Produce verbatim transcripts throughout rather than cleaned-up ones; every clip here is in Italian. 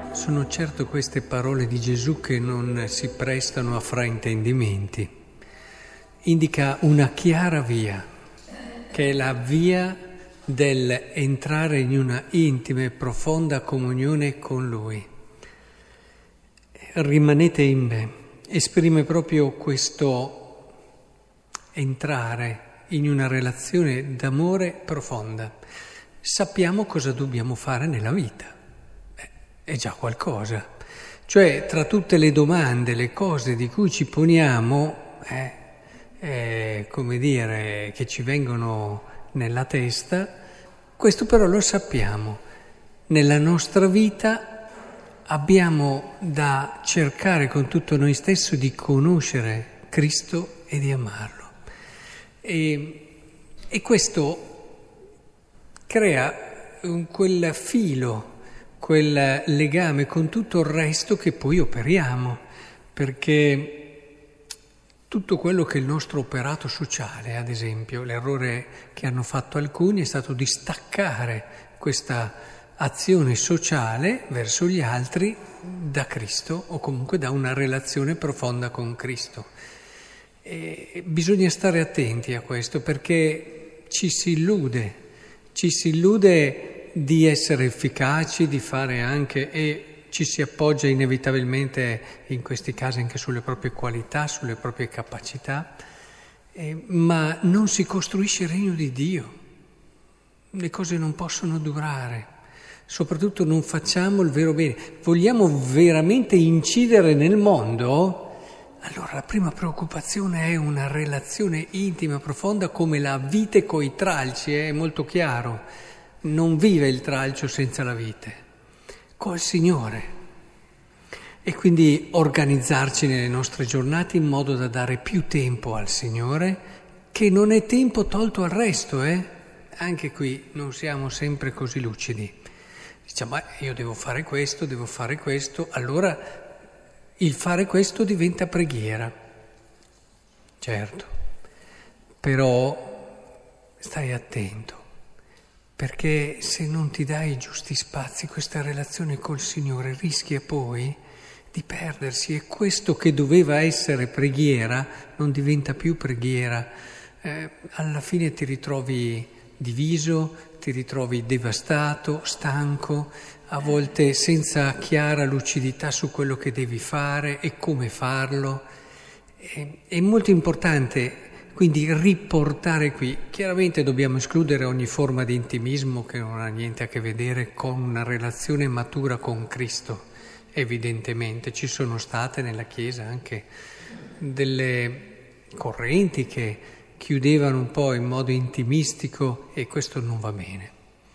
Sono certo queste parole di Gesù che non si prestano a fraintendimenti. Indica una chiara via, che è la via dell'entrare in una intima e profonda comunione con Lui. Rimanete in me, esprime proprio questo entrare in una relazione d'amore profonda. Sappiamo cosa dobbiamo fare nella vita. È già qualcosa. Cioè, tra tutte le domande, le cose di cui ci poniamo, eh, eh, come dire, che ci vengono nella testa, questo però lo sappiamo. Nella nostra vita abbiamo da cercare con tutto noi stesso di conoscere Cristo e di amarlo. E, e questo crea un, quel filo, quel legame con tutto il resto che poi operiamo, perché tutto quello che è il nostro operato sociale, ad esempio, l'errore che hanno fatto alcuni è stato di staccare questa azione sociale verso gli altri da Cristo o comunque da una relazione profonda con Cristo. E bisogna stare attenti a questo perché ci si illude, ci si illude di essere efficaci, di fare anche, e ci si appoggia inevitabilmente in questi casi anche sulle proprie qualità, sulle proprie capacità, eh, ma non si costruisce il regno di Dio. Le cose non possono durare, soprattutto non facciamo il vero bene. Vogliamo veramente incidere nel mondo? Allora la prima preoccupazione è una relazione intima, profonda, come la vite coi tralci, è molto chiaro. Non vive il tralcio senza la vite, col Signore. E quindi organizzarci nelle nostre giornate in modo da dare più tempo al Signore, che non è tempo tolto al resto, eh? Anche qui non siamo sempre così lucidi. Diciamo, ma io devo fare questo, devo fare questo, allora il fare questo diventa preghiera. Certo, però stai attento. Perché se non ti dai i giusti spazi, questa relazione col Signore rischia poi di perdersi e questo che doveva essere preghiera non diventa più preghiera. Eh, alla fine ti ritrovi diviso, ti ritrovi devastato, stanco, a volte senza chiara lucidità su quello che devi fare e come farlo. Eh, è molto importante quindi riportare qui. Chiaramente dobbiamo escludere ogni forma di intimismo che non ha niente a che vedere con una relazione matura con Cristo. Evidentemente ci sono state nella Chiesa anche delle correnti che chiudevano un po' in modo intimistico e questo non va bene.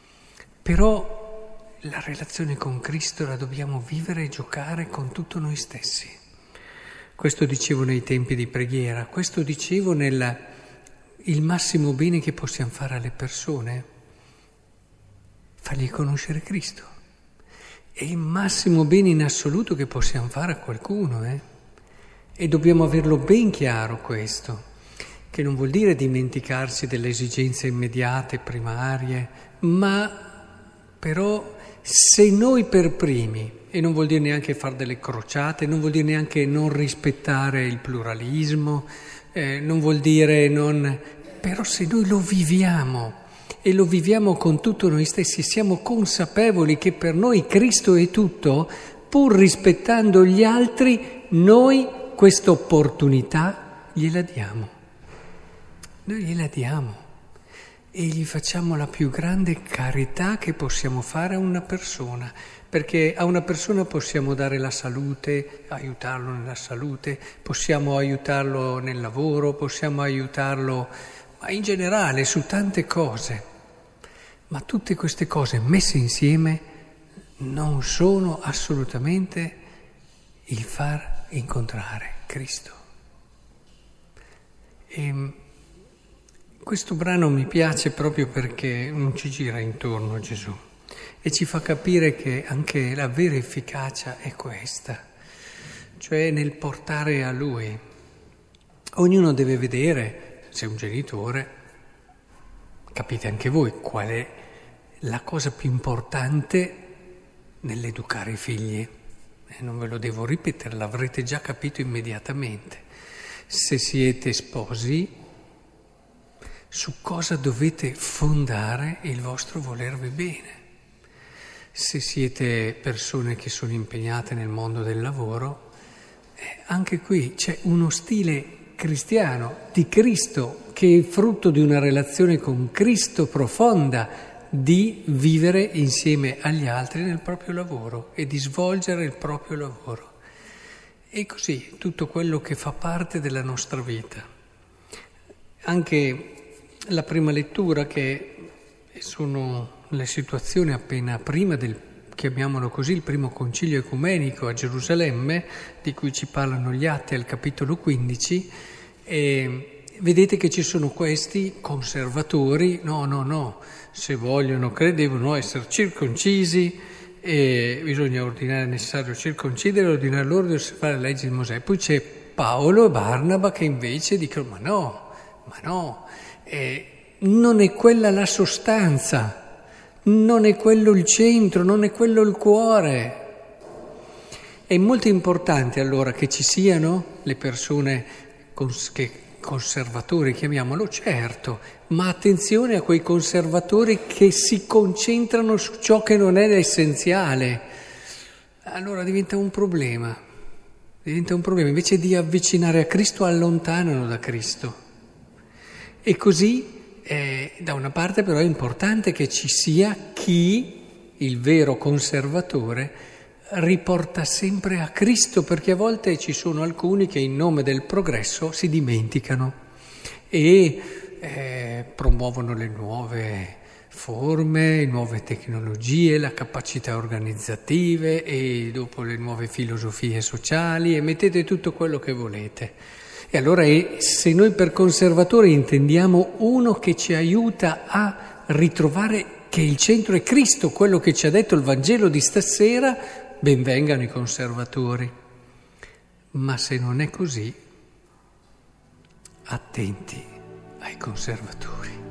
Però la relazione con Cristo la dobbiamo vivere e giocare con tutto noi stessi. Questo dicevo nei tempi di preghiera, questo dicevo nel il massimo bene che possiamo fare alle persone, fargli conoscere Cristo. È il massimo bene in assoluto che possiamo fare a qualcuno, eh? E dobbiamo averlo ben chiaro questo, che non vuol dire dimenticarsi delle esigenze immediate, primarie, ma però se noi per primi, e non vuol dire neanche fare delle crociate, non vuol dire neanche non rispettare il pluralismo, eh, non vuol dire non... Però se noi lo viviamo e lo viviamo con tutto noi stessi, siamo consapevoli che per noi Cristo è tutto, pur rispettando gli altri, noi questa opportunità gliela diamo. Noi gliela diamo e gli facciamo la più grande carità che possiamo fare a una persona. Perché a una persona possiamo dare la salute, aiutarlo nella salute, possiamo aiutarlo nel lavoro, possiamo aiutarlo, ma in generale su tante cose. Ma tutte queste cose messe insieme non sono assolutamente il far incontrare Cristo. E questo brano mi piace proprio perché non ci gira intorno a Gesù. E ci fa capire che anche la vera efficacia è questa, cioè nel portare a Lui. Ognuno deve vedere, se è un genitore, capite anche voi qual è la cosa più importante nell'educare i figli. E non ve lo devo ripetere, l'avrete già capito immediatamente. Se siete sposi, su cosa dovete fondare il vostro volervi bene? Se siete persone che sono impegnate nel mondo del lavoro, eh, anche qui c'è uno stile cristiano, di Cristo, che è frutto di una relazione con Cristo profonda, di vivere insieme agli altri nel proprio lavoro e di svolgere il proprio lavoro. E così tutto quello che fa parte della nostra vita. Anche la prima lettura, che sono le situazioni appena prima del, chiamiamolo così, il primo concilio ecumenico a Gerusalemme, di cui ci parlano gli Atti al capitolo quindici, e vedete che ci sono questi conservatori, no, no, no, se vogliono, devono essere circoncisi e bisogna ordinare, è necessario circoncidere e ordinare loro di osservare la legge di Mosè. Poi c'è Paolo e Barnaba che invece dicono, ma no, ma no, eh, non è quella la sostanza, non è quello il centro, non è quello il cuore. È molto importante allora che ci siano le persone cons- che conservatori, chiamiamolo, certo, ma attenzione a quei conservatori che si concentrano su ciò che non è essenziale. Allora diventa un problema, diventa un problema, invece di avvicinare a Cristo allontanano da Cristo. E così, eh, da una parte però è importante che ci sia chi, il vero conservatore, riporta sempre a Cristo, perché a volte ci sono alcuni che in nome del progresso si dimenticano e eh, promuovono le nuove forme, le nuove tecnologie, la capacità organizzative e dopo le nuove filosofie sociali, e mettete tutto quello che volete. E allora eh, se noi per conservatore intendiamo uno che ci aiuta a ritrovare che il centro è Cristo, quello che ci ha detto il Vangelo di stasera, ben vengano i conservatori. Ma se non è così, attenti ai conservatori.